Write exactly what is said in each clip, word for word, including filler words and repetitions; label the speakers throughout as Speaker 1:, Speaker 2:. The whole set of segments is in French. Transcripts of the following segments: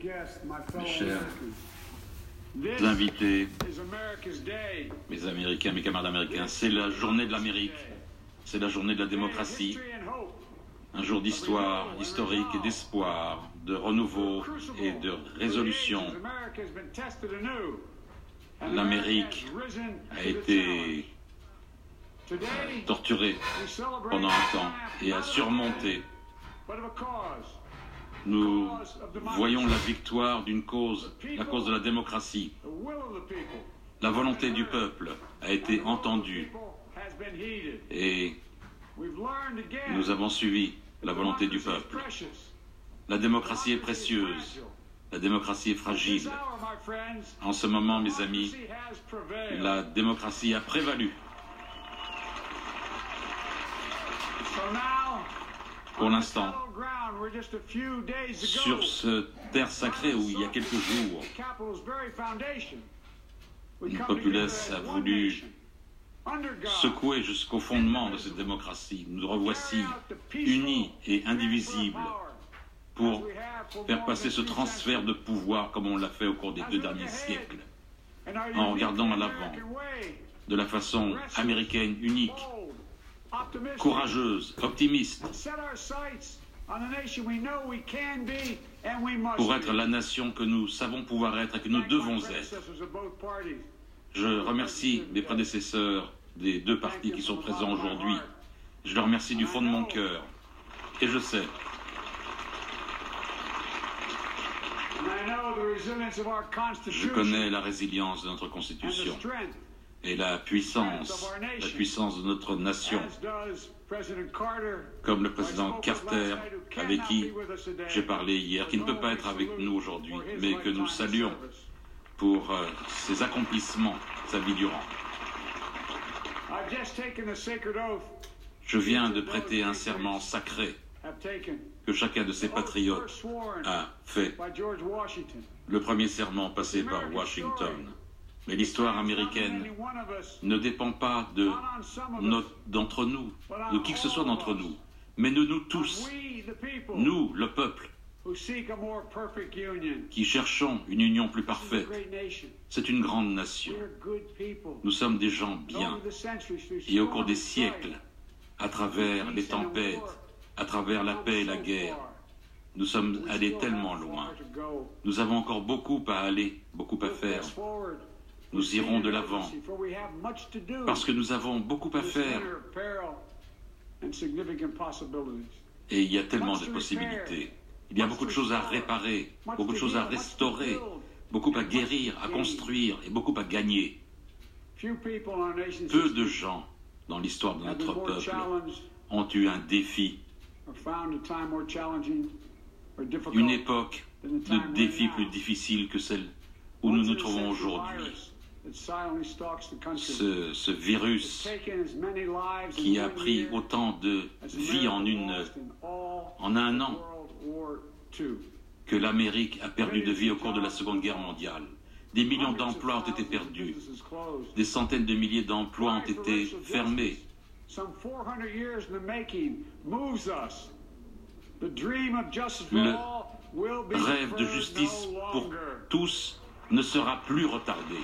Speaker 1: mes chers invités, mes Américains, mes camarades américains, c'est la journée de l'Amérique, c'est la journée de la démocratie, un jour d'histoire, historique et d'espoir, de renouveau et de résolution. L'Amérique a été torturée pendant un temps et a surmonté. Nous voyons la victoire d'une cause, la cause de la démocratie. La volonté du peuple a été entendue et nous avons suivi la volonté du peuple. La démocratie est précieuse, la démocratie est fragile. En ce moment, mes amis, la démocratie a prévalu. Pour l'instant, sur ce terre sacrée où il y a quelques jours, une populace a voulu secouer jusqu'au fondement de cette démocratie. Nous revoici unis et indivisibles pour faire passer ce transfert de pouvoir comme on l'a fait au cours des deux derniers siècles, en regardant à l'avant, de la façon américaine unique, courageuse, optimiste, pour être la nation que nous savons pouvoir être et que nous devons être. Je remercie mes prédécesseurs des deux partis qui sont présents aujourd'hui. Je leur remercie du fond de mon cœur. Et je sais Je connais la résilience de notre Constitution et la puissance, la puissance de notre nation, comme le président Carter, avec qui j'ai parlé hier, qui ne peut pas être avec nous aujourd'hui, mais que nous saluons pour euh, ses accomplissements sa vie durant. Je viens de prêter un serment sacré que chacun de ces patriotes a fait. Le premier serment passé par Washington. Mais l'histoire américaine ne dépend pas de notre, d'entre nous, de qui que ce soit d'entre nous, mais de nous tous, nous, le peuple, qui cherchons une union plus parfaite. C'est une grande nation. Nous sommes des gens bien. Et au cours des siècles, à travers les tempêtes, à travers la paix et la guerre, nous sommes allés tellement loin. Nous avons encore beaucoup à aller, beaucoup à faire. Nous irons de l'avant, parce que nous avons beaucoup à faire. Et il y a tellement de possibilités. Il y a beaucoup de choses à réparer, beaucoup de choses à restaurer, beaucoup à guérir, à construire et beaucoup à gagner. Peu de gens dans l'histoire de notre peuple ont eu un défi, une époque de défis plus difficile que celle où nous nous trouvons aujourd'hui. Ce, ce virus qui a pris autant de vies en, une, en un an que l'Amérique a perdu de vie au cours de la Seconde Guerre mondiale. Des millions d'emplois ont été perdus. Des centaines de milliers d'emplois ont été fermés. Le rêve de justice pour tous ne sera plus retardé.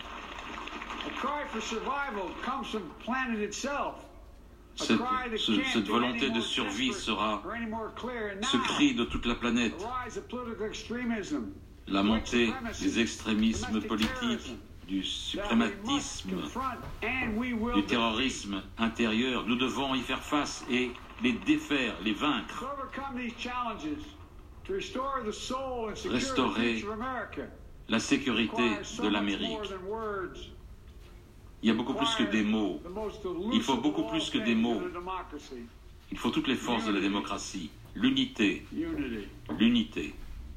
Speaker 1: Cette, ce, cette volonté de survie sera ce cri de toute la planète. La montée des extrémismes politiques, du suprématisme, du terrorisme intérieur. Nous devons y faire face et les défaire, les vaincre. Restaurer la sécurité de l'Amérique. Il y a beaucoup plus que des mots. Il faut beaucoup plus que des mots. Il faut toutes les forces de la démocratie. L'unité. L'unité.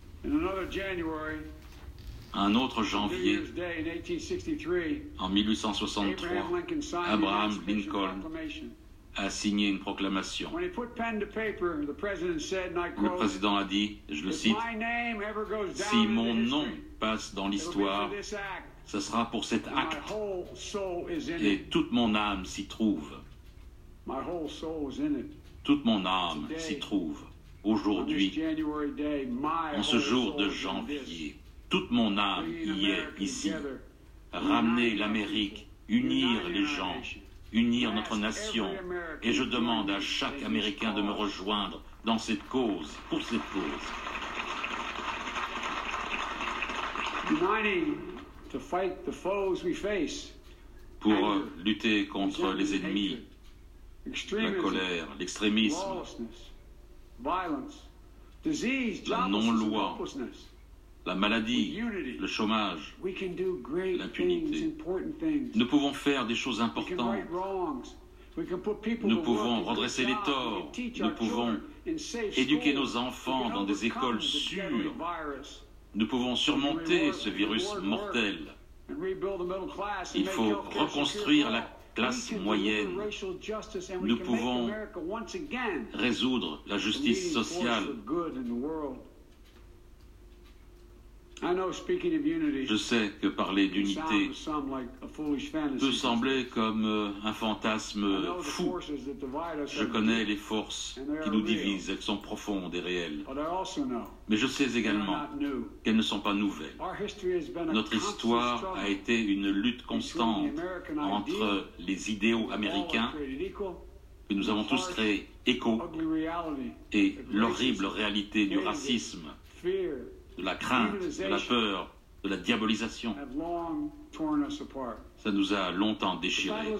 Speaker 1: Un autre janvier, en mille huit cent soixante-trois, Abraham Lincoln a signé une proclamation. Le président a dit, je le cite, « Si mon nom passe dans l'histoire, ce sera pour cet acte, et toute mon âme s'y trouve. Toute mon âme s'y trouve. » aujourd'hui, en ce jour de janvier, toute mon âme y est ici. Ramener l'Amérique, unir les gens, unir notre nation. Et je demande à chaque Américain de me rejoindre dans cette cause, pour cette cause. Pour lutter contre les ennemis, la colère, l'extrémisme, la non-loi, la maladie, le chômage, l'impunité. Nous pouvons faire des choses importantes. Nous pouvons redresser les torts. Nous pouvons éduquer nos enfants dans des écoles sûres. Nous pouvons surmonter ce virus mortel. Il faut reconstruire la classe moyenne. Nous pouvons résoudre la justice sociale. Je sais que parler d'unité peut sembler comme un fantasme fou. Je connais les forces qui nous divisent, elles sont profondes et réelles. Mais je sais également qu'elles ne sont pas nouvelles. Notre histoire a été une lutte constante entre les idéaux américains que nous avons tous créés, écho, et l'horrible réalité du racisme, de la crainte, de la peur, de la diabolisation. Ça nous a longtemps déchirés.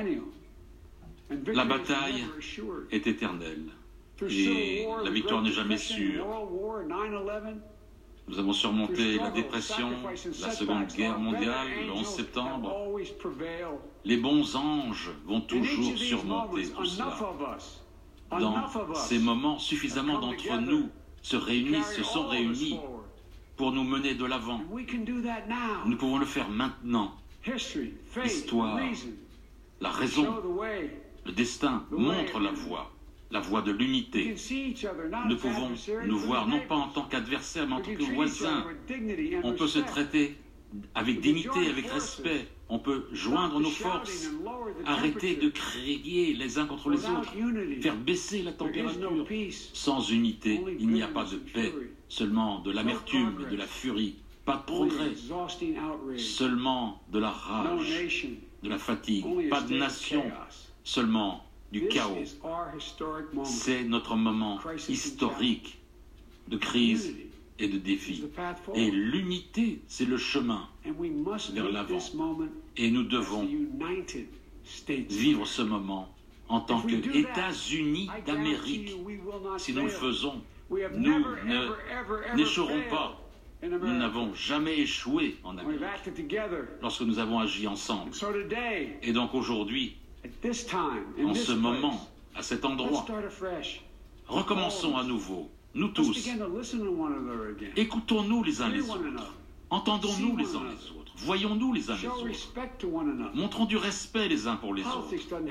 Speaker 1: La bataille est éternelle et la victoire n'est jamais sûre. Nous avons surmonté la dépression, la Seconde Guerre mondiale, le onze septembre. Les bons anges vont toujours surmonter tout cela. Dans ces moments, suffisamment d'entre nous se réunissent, se sont réunis pour nous mener de l'avant. Nous pouvons le faire maintenant. L'histoire, la raison, le destin montrent la voie, la voie de l'unité. Nous pouvons nous voir non pas en tant qu'adversaires, mais en tant que voisins. On peut se traiter avec dignité, avec respect. On peut joindre nos forces, arrêter de crier les uns contre les autres, faire baisser la température. Sans unité, il n'y a pas de paix, seulement de l'amertume et de la furie, pas de progrès, seulement de la rage, de la fatigue, pas de nation, seulement du chaos. C'est notre moment historique de crise et de défi. Et l'unité, c'est le chemin vers l'avant. Et nous devons vivre ce moment en tant qu'États-Unis d'Amérique. Si nous le faisons, nous n'échouerons pas. Nous n'avons jamais échoué en Amérique lorsque nous avons agi ensemble. Et donc aujourd'hui, en ce moment, à cet endroit, recommençons à nouveau. Nous tous, écoutons-nous les uns les autres, entendons-nous les uns les autres, voyons-nous les uns les autres, montrons du respect les uns pour les autres.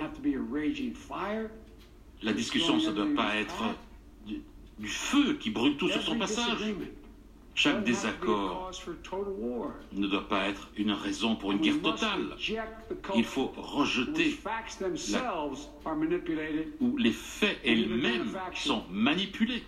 Speaker 1: La discussion, ça ne doit pas être du, du feu qui brûle tout sur son passage. Chaque désaccord ne doit pas être une raison pour une guerre totale. Il faut rejeter la... où les faits elles-mêmes sont manipulés.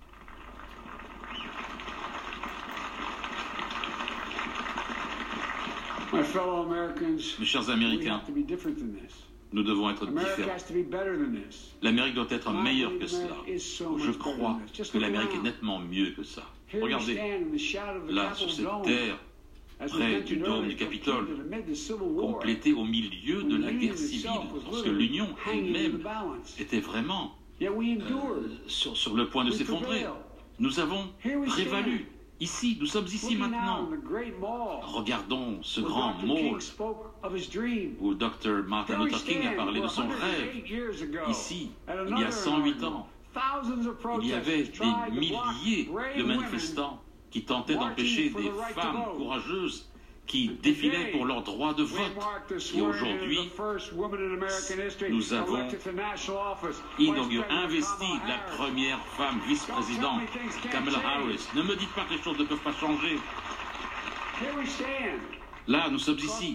Speaker 1: Mes chers Américains, nous devons être différents. L'Amérique doit être meilleure que cela. Je crois que l'Amérique est nettement mieux que ça. Regardez, là, sur cette terre, près du dôme du Capitole, complété au milieu de la guerre civile, lorsque l'Union elle-même était vraiment euh, sur, sur le point de s'effondrer. Nous avons prévalu. Ici, nous sommes ici maintenant. Regardons ce grand mall où docteur Martin Luther King a parlé de son rêve. Ici, il y a cent huit ans, il y avait des milliers de manifestants qui tentaient d'empêcher des femmes courageuses qui défilaient pour leur droit de vote. Et aujourd'hui, nous avons inauguré, investi la première femme vice-présidente, Kamala Harris. Ne me dites pas que les choses ne peuvent pas changer. Là, nous sommes ici,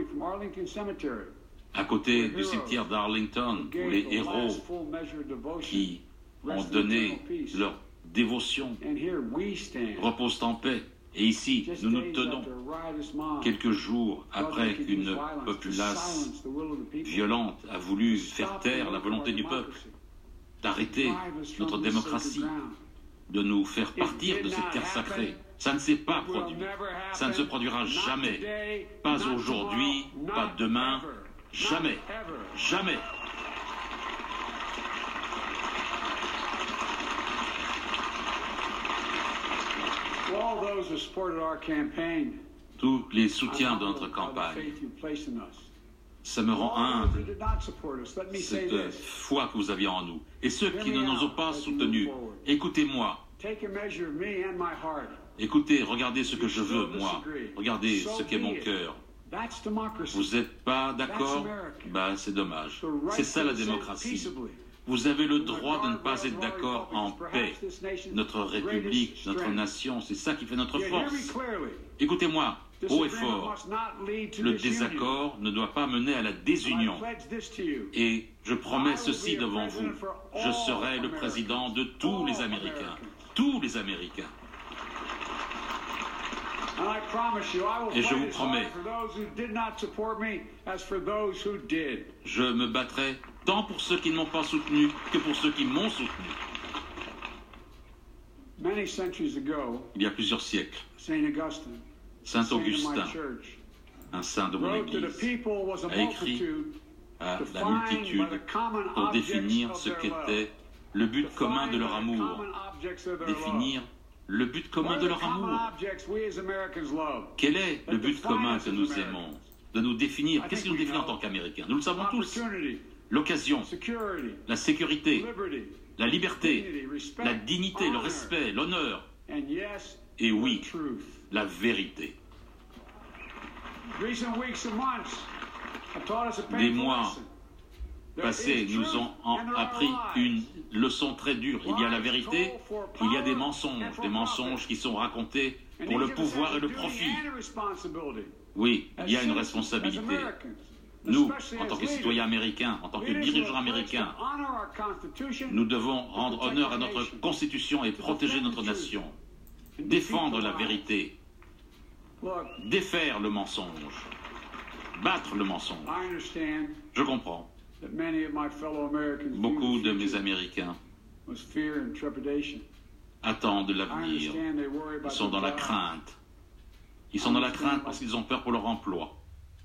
Speaker 1: à côté du cimetière d'Arlington, où les héros qui ont donné leur dévotion reposent en paix. Et ici, nous nous tenons quelques jours après qu'une populace violente a voulu faire taire la volonté du peuple, d'arrêter notre démocratie, de nous faire partir de cette terre sacrée. Ça ne s'est pas produit. Ça ne se produira jamais. Pas aujourd'hui, pas demain, jamais. Jamais. Tous les soutiens de notre campagne, ça me rend humble, cette foi que vous aviez en nous. Et ceux qui ne nous ont pas soutenus, écoutez-moi. Écoutez, regardez ce que je veux, moi. Regardez ce qu'est mon cœur. Vous n'êtes pas d'accord? Ben, c'est dommage. C'est ça la démocratie. Vous avez le droit de ne pas être d'accord en paix. Notre République, notre nation, c'est ça qui fait notre force. Écoutez-moi, haut et fort, le désaccord ne doit pas mener à la désunion. Et je promets ceci devant vous, je serai le président de tous les Américains. Tous les Américains. Et je vous promets, je me battrai tant pour ceux qui ne m'ont pas soutenu que pour ceux qui m'ont soutenu. Il y a plusieurs siècles, Saint Augustin, un saint de mon Église, a écrit à la multitude pour définir ce qu'était le but commun de leur amour. Définir le but commun de leur amour. Quel est le but commun que nous aimons? De nous définir. Qu'est-ce qui nous définit en tant qu'Américains? Nous le savons tous. L'occasion, la sécurité, la liberté, la dignité, le respect, l'honneur. Et oui, la vérité. Des mois passés nous ont appris une leçon très dure. Il y a la vérité, il y a des mensonges, des mensonges qui sont racontés pour le pouvoir et le profit. Oui, il y a une responsabilité. Nous, en tant que citoyens américains, en tant que dirigeants américains, nous devons rendre honneur à notre Constitution et protéger notre nation, défendre la vérité, défaire le mensonge, battre le mensonge. Je comprends. Beaucoup de mes Américains attendent l'avenir. Ils sont dans la crainte. Ils sont dans la crainte parce qu'ils ont peur pour leur emploi.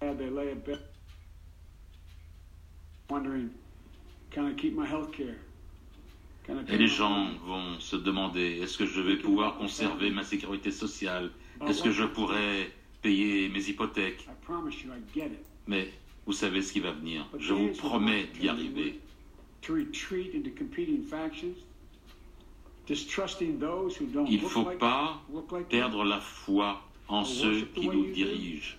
Speaker 1: Et les gens vont se demander, est-ce que je vais pouvoir conserver ma sécurité sociale? Est-ce que je pourrais payer mes hypothèques? Mais vous savez ce qui va venir. Je vous promets d'y arriver. Il ne faut pas perdre la foi en ceux qui nous dirigent.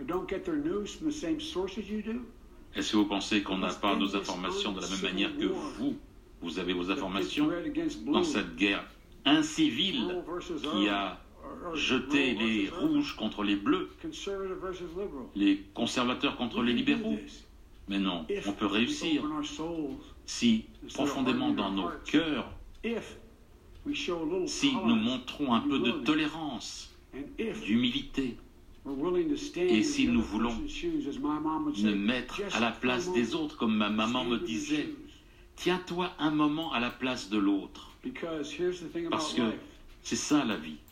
Speaker 1: Est-ce que vous pensez qu'on n'a pas nos informations de la même manière que vous? Vous avez vos informations dans cette guerre incivile qui a jeté les rouges contre les bleus, les conservateurs contre les libéraux. Mais non, on peut réussir si, profondément dans nos cœurs, si nous montrons un peu de tolérance, d'humilité, et si nous voulons nous mettre à la place des autres, comme ma maman me disait, tiens-toi un moment à la place de l'autre, parce que c'est ça la vie.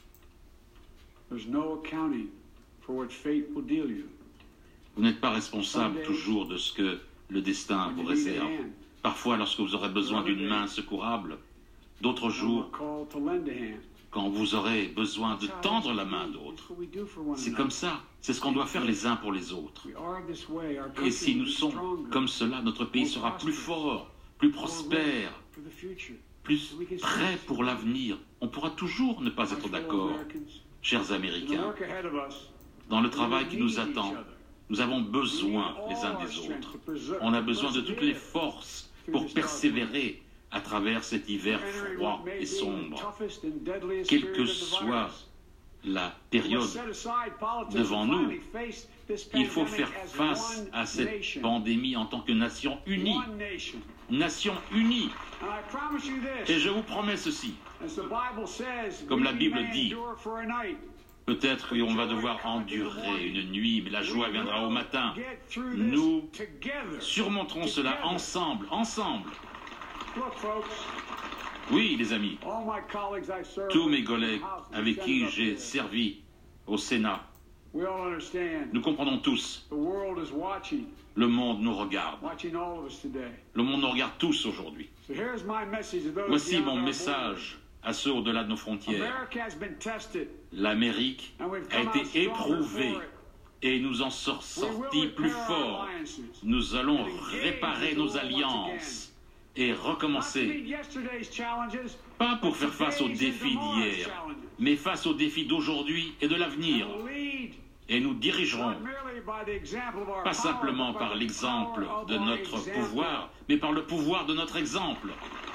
Speaker 1: Vous n'êtes pas responsable toujours de ce que le destin vous réserve. Parfois, lorsque vous aurez besoin d'une main secourable, d'autres jours, quand vous aurez besoin de tendre la main d'autres. C'est comme ça, c'est ce qu'on doit faire les uns pour les autres. Et si nous sommes comme cela, notre pays sera plus fort, plus prospère, plus prêt pour l'avenir. On pourra toujours ne pas être d'accord, chers Américains. Dans le travail qui nous attend, nous avons besoin les uns des autres. On a besoin de toutes les forces pour persévérer à travers cet hiver froid et sombre. Quelles que soient la période devant nous. Il faut faire face à cette pandémie en tant que nation unie. Nation unie. Et je vous promets ceci. Comme la Bible dit, peut-être qu'on va devoir endurer une nuit, mais la joie viendra au matin. Nous surmonterons cela ensemble, ensemble. Oui, les amis, tous mes collègues avec qui j'ai servi au Sénat, nous comprenons tous. Le monde nous regarde. Le monde nous regarde tous aujourd'hui. Voici mon message à ceux au-delà de nos frontières. L'Amérique a été éprouvée et nous en sommes sortis plus forts. Nous allons réparer nos alliances et recommencer. Pas pour faire face aux défis d'hier, mais face aux défis d'aujourd'hui et de l'avenir. Et nous dirigerons, pas simplement par l'exemple de notre pouvoir, mais par le pouvoir de notre exemple.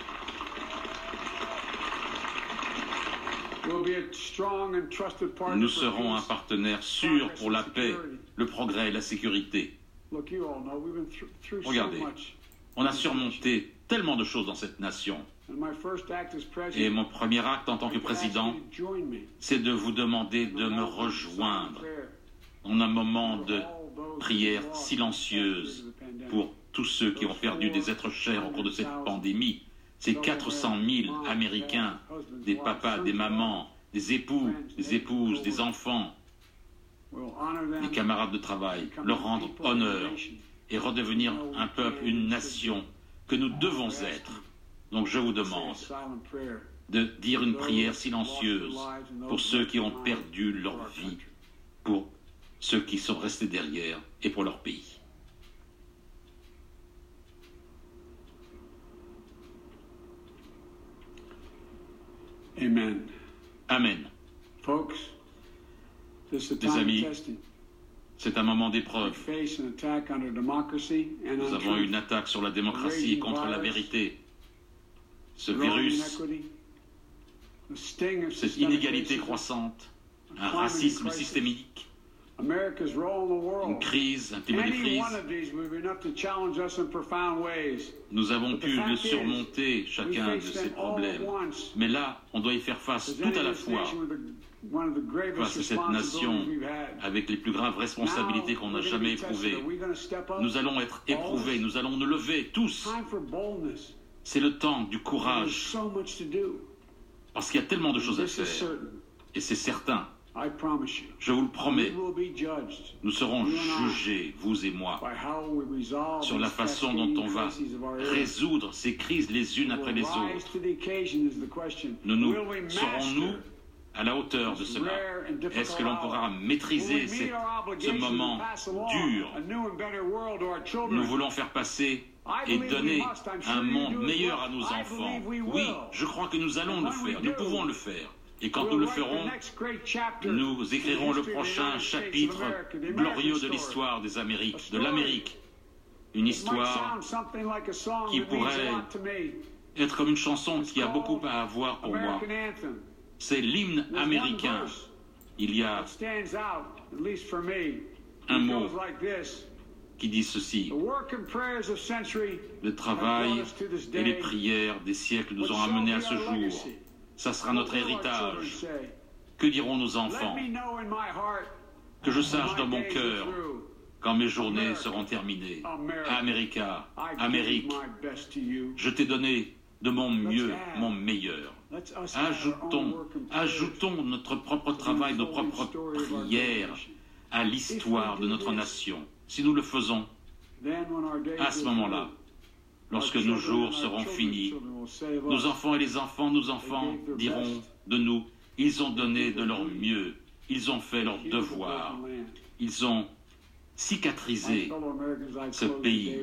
Speaker 1: Nous serons un partenaire sûr pour la paix, le progrès et la sécurité. Regardez, on a surmonté tellement de choses dans cette nation. Et mon premier acte en tant que président, c'est de vous demander de me rejoindre en un moment de prière silencieuse pour tous ceux qui ont perdu des êtres chers au cours de cette pandémie. Ces quatre cent mille Américains, des papas, des mamans, des époux, des épouses, des enfants, des camarades de travail, leur rendre honneur et redevenir un peuple, une nation que nous devons être. Donc je vous demande de dire une prière silencieuse pour ceux qui ont perdu leur vie, pour ceux qui sont restés derrière et pour leur pays.
Speaker 2: Amen.
Speaker 1: Amen.
Speaker 2: Folks, this is a
Speaker 1: Les
Speaker 2: time
Speaker 1: amis,
Speaker 2: of testing.
Speaker 1: c'est un moment
Speaker 2: We
Speaker 1: d'épreuve.
Speaker 2: face an attack under democracy and
Speaker 1: Nous
Speaker 2: on
Speaker 1: avons
Speaker 2: truth.
Speaker 1: une attaque sur la démocratie et contre la vérité. Ce virus,
Speaker 2: The sting of
Speaker 1: cette
Speaker 2: systemic
Speaker 1: inégalité
Speaker 2: racism,
Speaker 1: croissante, un racisme systémique,
Speaker 2: America's role in the
Speaker 1: une
Speaker 2: world.
Speaker 1: crise, un climat de
Speaker 2: Any
Speaker 1: crise.
Speaker 2: one of these would be enough to challenge us in profound ways.
Speaker 1: Nous avons pu le surmonter, chacun de ces problèmes. Mais là, on doit y faire face tout à la fois, face à cette nation avec les plus graves responsabilités qu'on n'a jamais éprouvées. Nous allons être éprouvés, nous allons nous lever tous. C'est le temps du courage, parce qu'il y a tellement de choses à faire. Et c'est certain, je vous le promets, nous serons jugés, vous et moi, sur la façon dont on va résoudre ces crises les unes après les autres. Nous nous serons-nous à la hauteur de cela? Est-ce que l'on pourra maîtriser cette- ce moment dur? Nous voulons faire passer et donner un monde meilleur à nos enfants. Oui, je crois que nous allons le faire, nous pouvons le faire. Et quand nous le ferons, nous écrirons le prochain chapitre glorieux de l'histoire des Amériques, de l'Amérique. Une histoire qui pourrait être comme une chanson qui a beaucoup à avoir pour moi. C'est l'hymne américain. Il y a un mot qui dit ceci: le travail et les prières des siècles nous ont amenés à ce jour. Ça sera notre héritage. Que diront nos enfants? Que je sache dans mon cœur quand mes journées seront terminées. America, Amérique, je t'ai donné de mon mieux, mon meilleur. Ajoutons, ajoutons notre propre travail, nos propres prières à l'histoire de notre nation. Si nous le faisons, à ce moment-là, lorsque nos jours seront finis, nos enfants et les enfants, nos enfants diront de nous, ils ont donné de leur mieux, ils ont fait leur devoir, ils ont cicatrisé ce pays.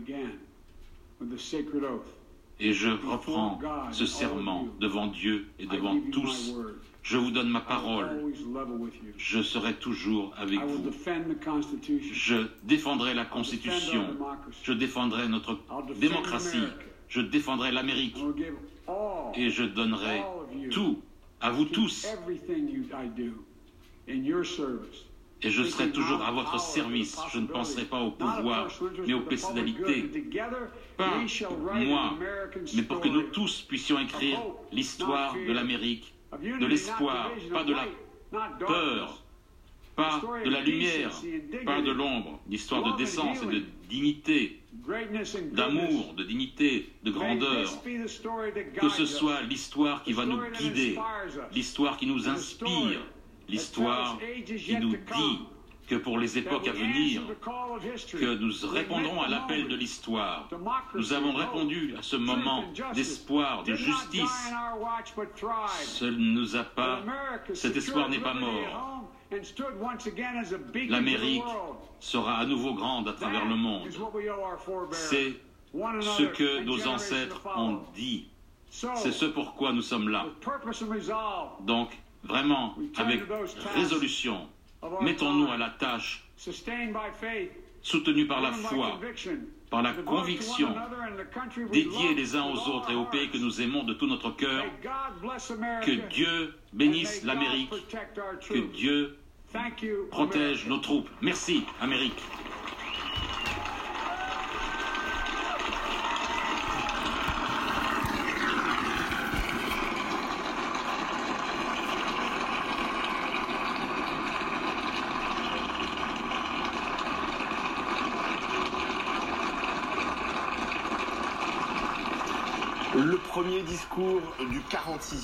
Speaker 1: Et je reprends ce serment devant Dieu et devant tous. Je vous donne ma parole. Je serai toujours avec vous. Je défendrai la Constitution. Je défendrai notre démocratie. Je défendrai l'Amérique. Et je donnerai tout à vous tous.
Speaker 2: in your service.
Speaker 1: Et je serai toujours à votre service. Je ne penserai pas au pouvoir, mais aux personnalités. Pas moi, mais pour que nous tous puissions écrire l'histoire de l'Amérique, de l'espoir, pas de la peur, pas de la lumière, pas de l'ombre, l'histoire de décence et de dignité, d'amour, de dignité, de grandeur. Que ce soit l'histoire qui va nous guider, l'histoire qui nous inspire, l'histoire qui nous dit que pour les époques à venir, que nous répondrons à l'appel de l'histoire. Nous avons répondu à ce moment d'espoir, de justice. Ce ne nous a pas, cet espoir n'est pas mort. L'Amérique sera à nouveau grande à travers le monde. C'est ce que nos ancêtres ont dit. C'est ce pourquoi nous sommes là. Donc, vraiment, avec résolution, mettons-nous à la tâche, soutenus par la foi, par la conviction, dédiés les uns aux autres et au pays que nous aimons de tout notre cœur. Que Dieu bénisse l'Amérique, que Dieu protège nos troupes. Merci, Amérique.
Speaker 3: Le premier discours du quarante-sixième